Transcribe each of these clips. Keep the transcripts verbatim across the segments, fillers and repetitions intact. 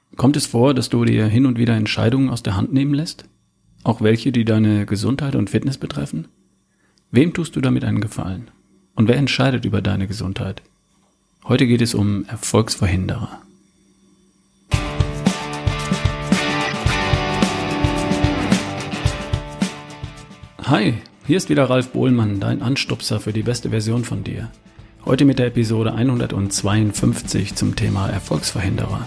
Kommt es vor, dass du dir hin und wieder Entscheidungen aus der Hand nehmen lässt? Auch welche, die deine Gesundheit und Fitness betreffen? Wem tust du damit einen Gefallen? Und wer entscheidet über deine Gesundheit? Heute geht es um Erfolgsverhinderer. Hi, hier ist wieder Ralf Bohlmann, dein Anstupser für die beste Version von dir. Heute mit der Episode hundertzweiundfünfzig zum Thema Erfolgsverhinderer.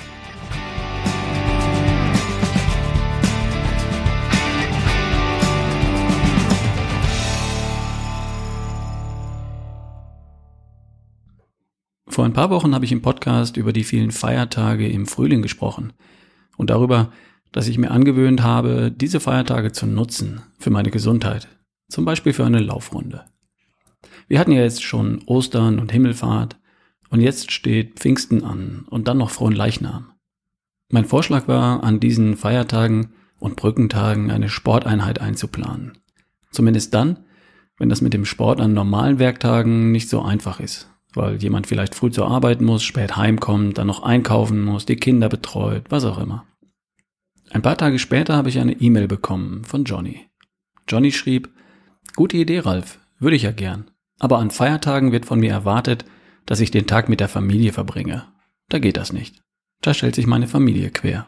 Vor ein paar Wochen habe ich im Podcast über die vielen Feiertage im Frühling gesprochen und darüber, dass ich mir angewöhnt habe, diese Feiertage zu nutzen für meine Gesundheit, zum Beispiel für eine Laufrunde. Wir hatten ja jetzt schon Ostern und Himmelfahrt und jetzt steht Pfingsten an und dann noch Fronleichnam. Mein Vorschlag war, an diesen Feiertagen und Brückentagen eine Sporteinheit einzuplanen. Zumindest dann, wenn das mit dem Sport an normalen Werktagen nicht so einfach ist, weil jemand vielleicht früh zur Arbeit muss, spät heimkommt, dann noch einkaufen muss, die Kinder betreut, was auch immer. Ein paar Tage später habe ich eine E-Mail bekommen von Johnny. Johnny schrieb: Gute Idee, Ralf, würde ich ja gern. Aber an Feiertagen wird von mir erwartet, dass ich den Tag mit der Familie verbringe. Da geht das nicht. Da stellt sich meine Familie quer.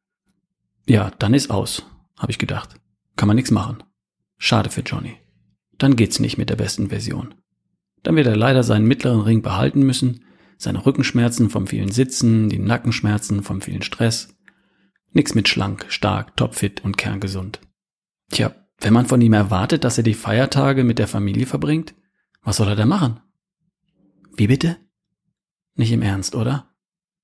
Ja, dann ist aus, habe ich gedacht. Kann man nichts machen. Schade für Johnny. Dann geht's nicht mit der besten Version. Dann wird er leider seinen mittleren Ring behalten müssen, seine Rückenschmerzen vom vielen Sitzen, die Nackenschmerzen vom vielen Stress. Nix mit schlank, stark, topfit und kerngesund. Tja, wenn man von ihm erwartet, dass er die Feiertage mit der Familie verbringt, was soll er da machen? Wie bitte? Nicht im Ernst, oder?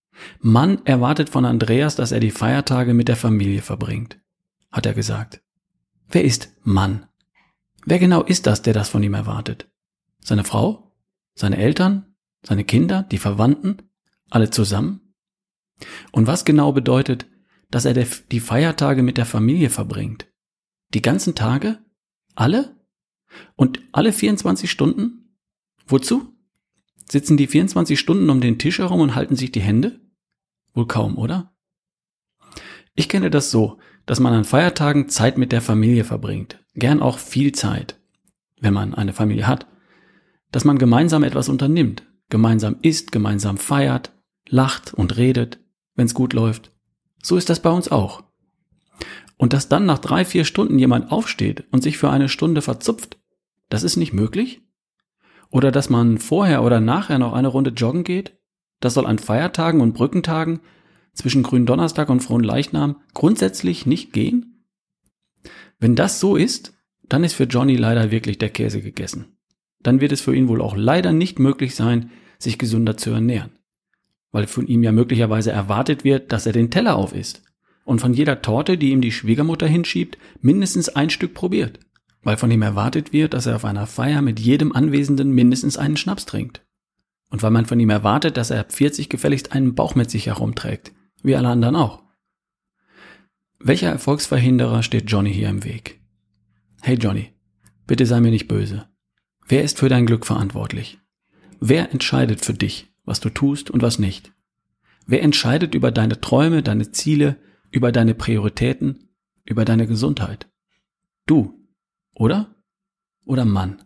Man erwartet von Andreas, dass er die Feiertage mit der Familie verbringt, hat er gesagt. Wer ist Mann? Wer genau ist das, der das von ihm erwartet? Seine Frau? Seine Eltern? Seine Kinder? Die Verwandten? Alle zusammen? Und was genau bedeutet, dass er die Feiertage mit der Familie verbringt? Die ganzen Tage? Alle? Und alle vierundzwanzig Stunden? Wozu? Sitzen die vierundzwanzig Stunden um den Tisch herum und halten sich die Hände? Wohl kaum, oder? Ich kenne das so, dass man an Feiertagen Zeit mit der Familie verbringt. Gern auch viel Zeit, wenn man eine Familie hat. Dass man gemeinsam etwas unternimmt, gemeinsam isst, gemeinsam feiert, lacht und redet, wenn es gut läuft. So ist das bei uns auch. Und dass dann nach drei, vier Stunden jemand aufsteht und sich für eine Stunde verzupft, das ist nicht möglich? Oder dass man vorher oder nachher noch eine Runde joggen geht? Das soll an Feiertagen und Brückentagen zwischen Gründonnerstag und Fronleichnam grundsätzlich nicht gehen? Wenn das so ist, dann ist für Johnny leider wirklich der Käse gegessen. Dann wird es für ihn wohl auch leider nicht möglich sein, sich gesünder zu ernähren. Weil von ihm ja möglicherweise erwartet wird, dass er den Teller aufisst und von jeder Torte, die ihm die Schwiegermutter hinschiebt, mindestens ein Stück probiert. Weil von ihm erwartet wird, dass er auf einer Feier mit jedem Anwesenden mindestens einen Schnaps trinkt. Und weil man von ihm erwartet, dass er ab vierzig gefälligst einen Bauch mit sich herumträgt, wie alle anderen auch. Welcher Erfolgsverhinderer steht Johnny hier im Weg? Hey Johnny, bitte sei mir nicht böse. Wer ist für dein Glück verantwortlich? Wer entscheidet für dich, was du tust und was nicht? Wer entscheidet über deine Träume, deine Ziele, über deine Prioritäten, über deine Gesundheit? Du, oder? Oder Mann?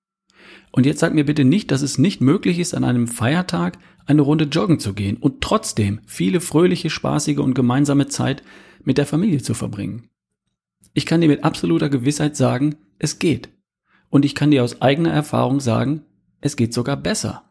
Und jetzt sag mir bitte nicht, dass es nicht möglich ist, an einem Feiertag eine Runde joggen zu gehen und trotzdem viele fröhliche, spaßige und gemeinsame Zeit mit der Familie zu verbringen. Ich kann dir mit absoluter Gewissheit sagen, es geht. Und ich kann dir aus eigener Erfahrung sagen, es geht sogar besser.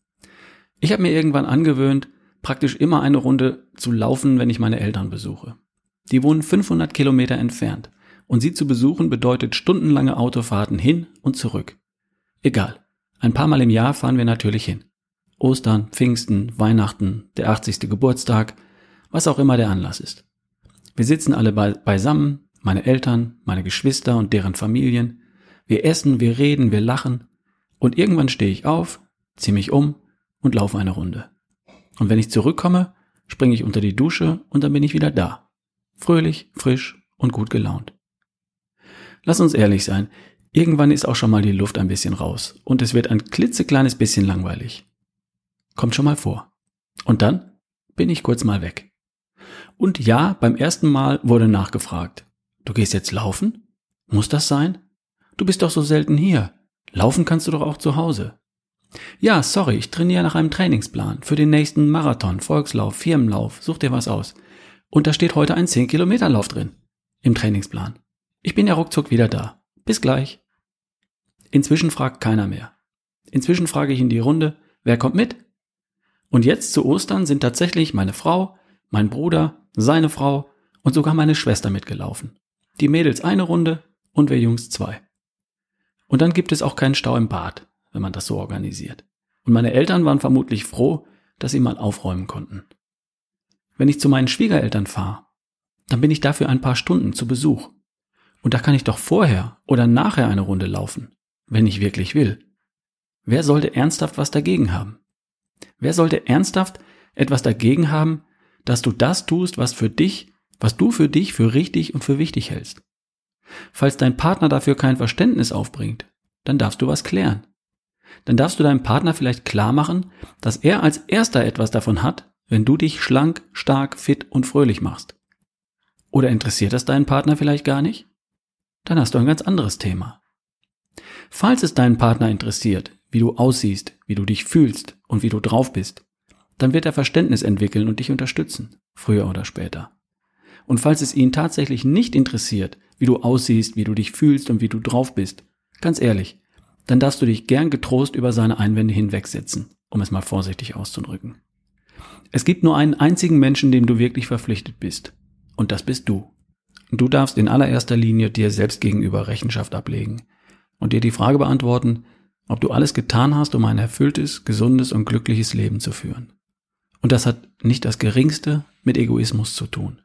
Ich habe mir irgendwann angewöhnt, praktisch immer eine Runde zu laufen, wenn ich meine Eltern besuche. Die wohnen fünfhundert Kilometer entfernt und sie zu besuchen bedeutet stundenlange Autofahrten hin und zurück. Egal, ein paar Mal im Jahr fahren wir natürlich hin. Ostern, Pfingsten, Weihnachten, der achtzigste Geburtstag, was auch immer der Anlass ist. Wir sitzen alle be- beisammen, meine Eltern, meine Geschwister und deren Familien. Wir essen, wir reden, wir lachen und irgendwann stehe ich auf, ziehe mich um und laufe eine Runde. Und wenn ich zurückkomme, springe ich unter die Dusche und dann bin ich wieder da. Fröhlich, frisch und gut gelaunt. Lass uns ehrlich sein, irgendwann ist auch schon mal die Luft ein bisschen raus und es wird ein klitzekleines bisschen langweilig. Kommt schon mal vor. Und dann bin ich kurz mal weg. Und ja, beim ersten Mal wurde nachgefragt. Du gehst jetzt laufen? Muss das sein? Du bist doch so selten hier. Laufen kannst du doch auch zu Hause. Ja, sorry, ich trainiere nach einem Trainingsplan für den nächsten Marathon, Volkslauf, Firmenlauf, such dir was aus. Und da steht heute ein zehn Kilometer Lauf drin. Im Trainingsplan. Ich bin ja ruckzuck wieder da. Bis gleich. Inzwischen fragt keiner mehr. Inzwischen frage ich in die Runde, wer kommt mit? Und jetzt zu Ostern sind tatsächlich meine Frau, mein Bruder, seine Frau und sogar meine Schwester mitgelaufen. Die Mädels eine Runde und wir Jungs zwei. Und dann gibt es auch keinen Stau im Bad, wenn man das so organisiert. Und meine Eltern waren vermutlich froh, dass sie mal aufräumen konnten. Wenn ich zu meinen Schwiegereltern fahre, dann bin ich dafür ein paar Stunden zu Besuch. Und da kann ich doch vorher oder nachher eine Runde laufen, wenn ich wirklich will. Wer sollte ernsthaft was dagegen haben? Wer sollte ernsthaft etwas dagegen haben, dass du das tust, was für dich, was du für dich für richtig und für wichtig hältst? Falls dein Partner dafür kein Verständnis aufbringt, dann darfst du was klären. Dann darfst du deinem Partner vielleicht klar machen, dass er als Erster etwas davon hat, wenn du dich schlank, stark, fit und fröhlich machst. Oder interessiert das deinen Partner vielleicht gar nicht? Dann hast du ein ganz anderes Thema. Falls es deinen Partner interessiert, wie du aussiehst, wie du dich fühlst und wie du drauf bist, dann wird er Verständnis entwickeln und dich unterstützen, früher oder später. Und falls es ihn tatsächlich nicht interessiert, wie du aussiehst, wie du dich fühlst und wie du drauf bist, ganz ehrlich, dann darfst du dich gern getrost über seine Einwände hinwegsetzen, um es mal vorsichtig auszudrücken. Es gibt nur einen einzigen Menschen, dem du wirklich verpflichtet bist. Und das bist du. Du darfst in allererster Linie dir selbst gegenüber Rechenschaft ablegen und dir die Frage beantworten, ob du alles getan hast, um ein erfülltes, gesundes und glückliches Leben zu führen. Und das hat nicht das Geringste mit Egoismus zu tun.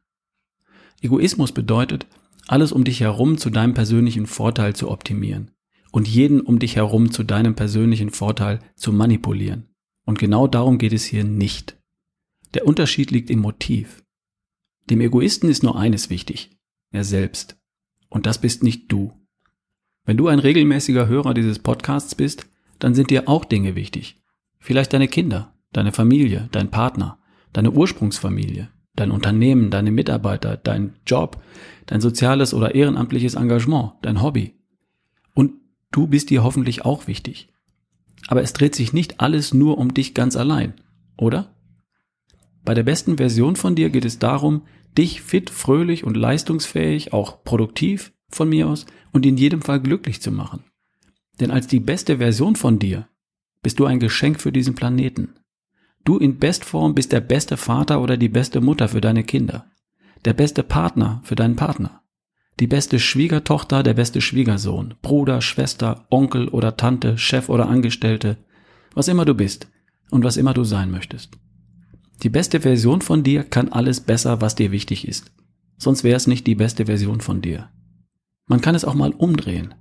Egoismus bedeutet, alles um dich herum zu deinem persönlichen Vorteil zu optimieren und jeden um dich herum zu deinem persönlichen Vorteil zu manipulieren. Und genau darum geht es hier nicht. Der Unterschied liegt im Motiv. Dem Egoisten ist nur eines wichtig, er selbst. Und das bist nicht du. Wenn du ein regelmäßiger Hörer dieses Podcasts bist, dann sind dir auch Dinge wichtig. Vielleicht deine Kinder, deine Familie, dein Partner, deine Ursprungsfamilie, dein Unternehmen, deine Mitarbeiter, dein Job, dein soziales oder ehrenamtliches Engagement, dein Hobby. Und du bist dir hoffentlich auch wichtig. Aber es dreht sich nicht alles nur um dich ganz allein, oder? Bei der besten Version von dir geht es darum, dich fit, fröhlich und leistungsfähig, auch produktiv von mir aus und in jedem Fall glücklich zu machen. Denn als die beste Version von dir bist du ein Geschenk für diesen Planeten. Du in Bestform bist der beste Vater oder die beste Mutter für deine Kinder, der beste Partner für deinen Partner, die beste Schwiegertochter, der beste Schwiegersohn, Bruder, Schwester, Onkel oder Tante, Chef oder Angestellte, was immer du bist und was immer du sein möchtest. Die beste Version von dir kann alles besser, was dir wichtig ist. Sonst wäre es nicht die beste Version von dir. Man kann es auch mal umdrehen.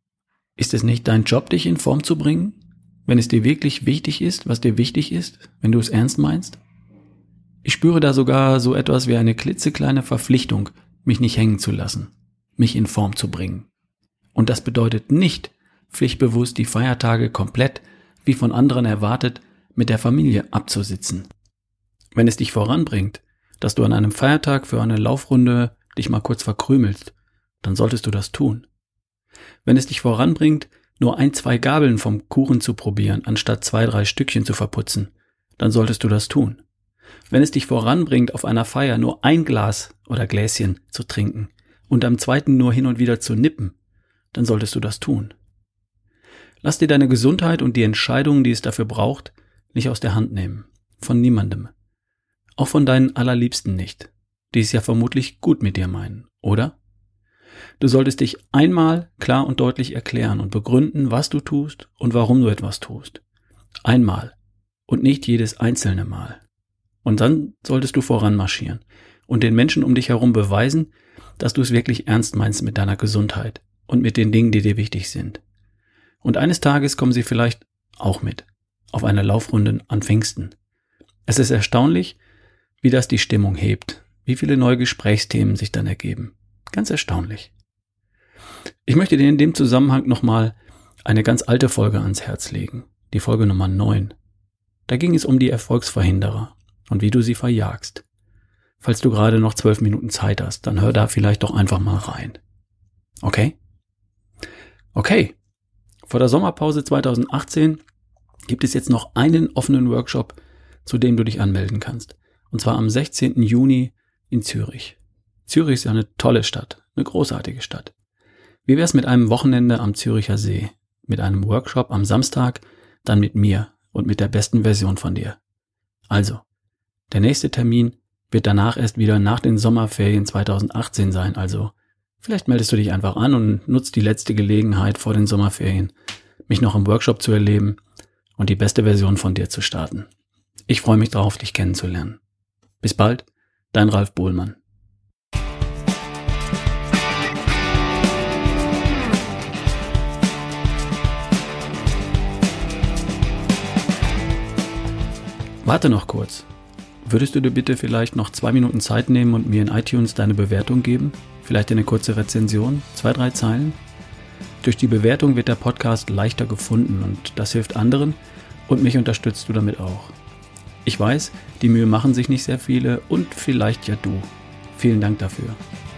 Ist es nicht dein Job, dich in Form zu bringen? Wenn es dir wirklich wichtig ist, was dir wichtig ist, wenn du es ernst meinst? Ich spüre da sogar so etwas wie eine klitzekleine Verpflichtung, mich nicht hängen zu lassen, mich in Form zu bringen. Und das bedeutet nicht, pflichtbewusst die Feiertage komplett, wie von anderen erwartet, mit der Familie abzusitzen. Wenn es dich voranbringt, dass du an einem Feiertag für eine Laufrunde dich mal kurz verkrümelst, dann solltest du das tun. Wenn es dich voranbringt, nur ein, zwei Gabeln vom Kuchen zu probieren, anstatt zwei, drei Stückchen zu verputzen, dann solltest du das tun. Wenn es dich voranbringt, auf einer Feier nur ein Glas oder Gläschen zu trinken und am zweiten nur hin und wieder zu nippen, dann solltest du das tun. Lass dir deine Gesundheit und die Entscheidungen, die es dafür braucht, nicht aus der Hand nehmen. Von niemandem. Auch von deinen Allerliebsten nicht, die es ja vermutlich gut mit dir meinen, oder? Du solltest dich einmal klar und deutlich erklären und begründen, was du tust und warum du etwas tust. Einmal und nicht jedes einzelne Mal. Und dann solltest du voranmarschieren und den Menschen um dich herum beweisen, dass du es wirklich ernst meinst mit deiner Gesundheit und mit den Dingen, die dir wichtig sind. Und eines Tages kommen sie vielleicht auch mit, auf eine Laufrunde an Pfingsten. Es ist erstaunlich, wie das die Stimmung hebt, wie viele neue Gesprächsthemen sich dann ergeben. Ganz erstaunlich. Ich möchte dir in dem Zusammenhang nochmal eine ganz alte Folge ans Herz legen, die Folge Nummer neun. Da ging es um die Erfolgsverhinderer und wie du sie verjagst. falls du gerade noch zwölf Minuten Zeit hast, dann hör da vielleicht doch einfach mal rein. Okay? Okay. Vor der Sommerpause zweitausendachtzehn gibt es jetzt noch einen offenen Workshop, zu dem du dich anmelden kannst. Und zwar am sechzehnten Juni in Zürich. Zürich ist ja eine tolle Stadt, eine großartige Stadt. Wie wär's mit einem Wochenende am Züricher See? Mit einem Workshop am Samstag, dann mit mir und mit der besten Version von dir. Also, der nächste Termin wird danach erst wieder nach den Sommerferien zweitausendachtzehn sein, also vielleicht meldest du dich einfach an und nutzt die letzte Gelegenheit vor den Sommerferien, mich noch im Workshop zu erleben und die beste Version von dir zu starten. Ich freue mich drauf, dich kennenzulernen. Bis bald, dein Ralf Bohlmann. Warte noch kurz. Würdest du dir bitte vielleicht noch zwei Minuten Zeit nehmen und mir in iTunes deine Bewertung geben? Vielleicht eine kurze Rezension? Zwei, drei Zeilen? Durch die Bewertung wird der Podcast leichter gefunden und das hilft anderen und mich unterstützt du damit auch. Ich weiß, die Mühe machen sich nicht sehr viele und vielleicht ja du. Vielen Dank dafür.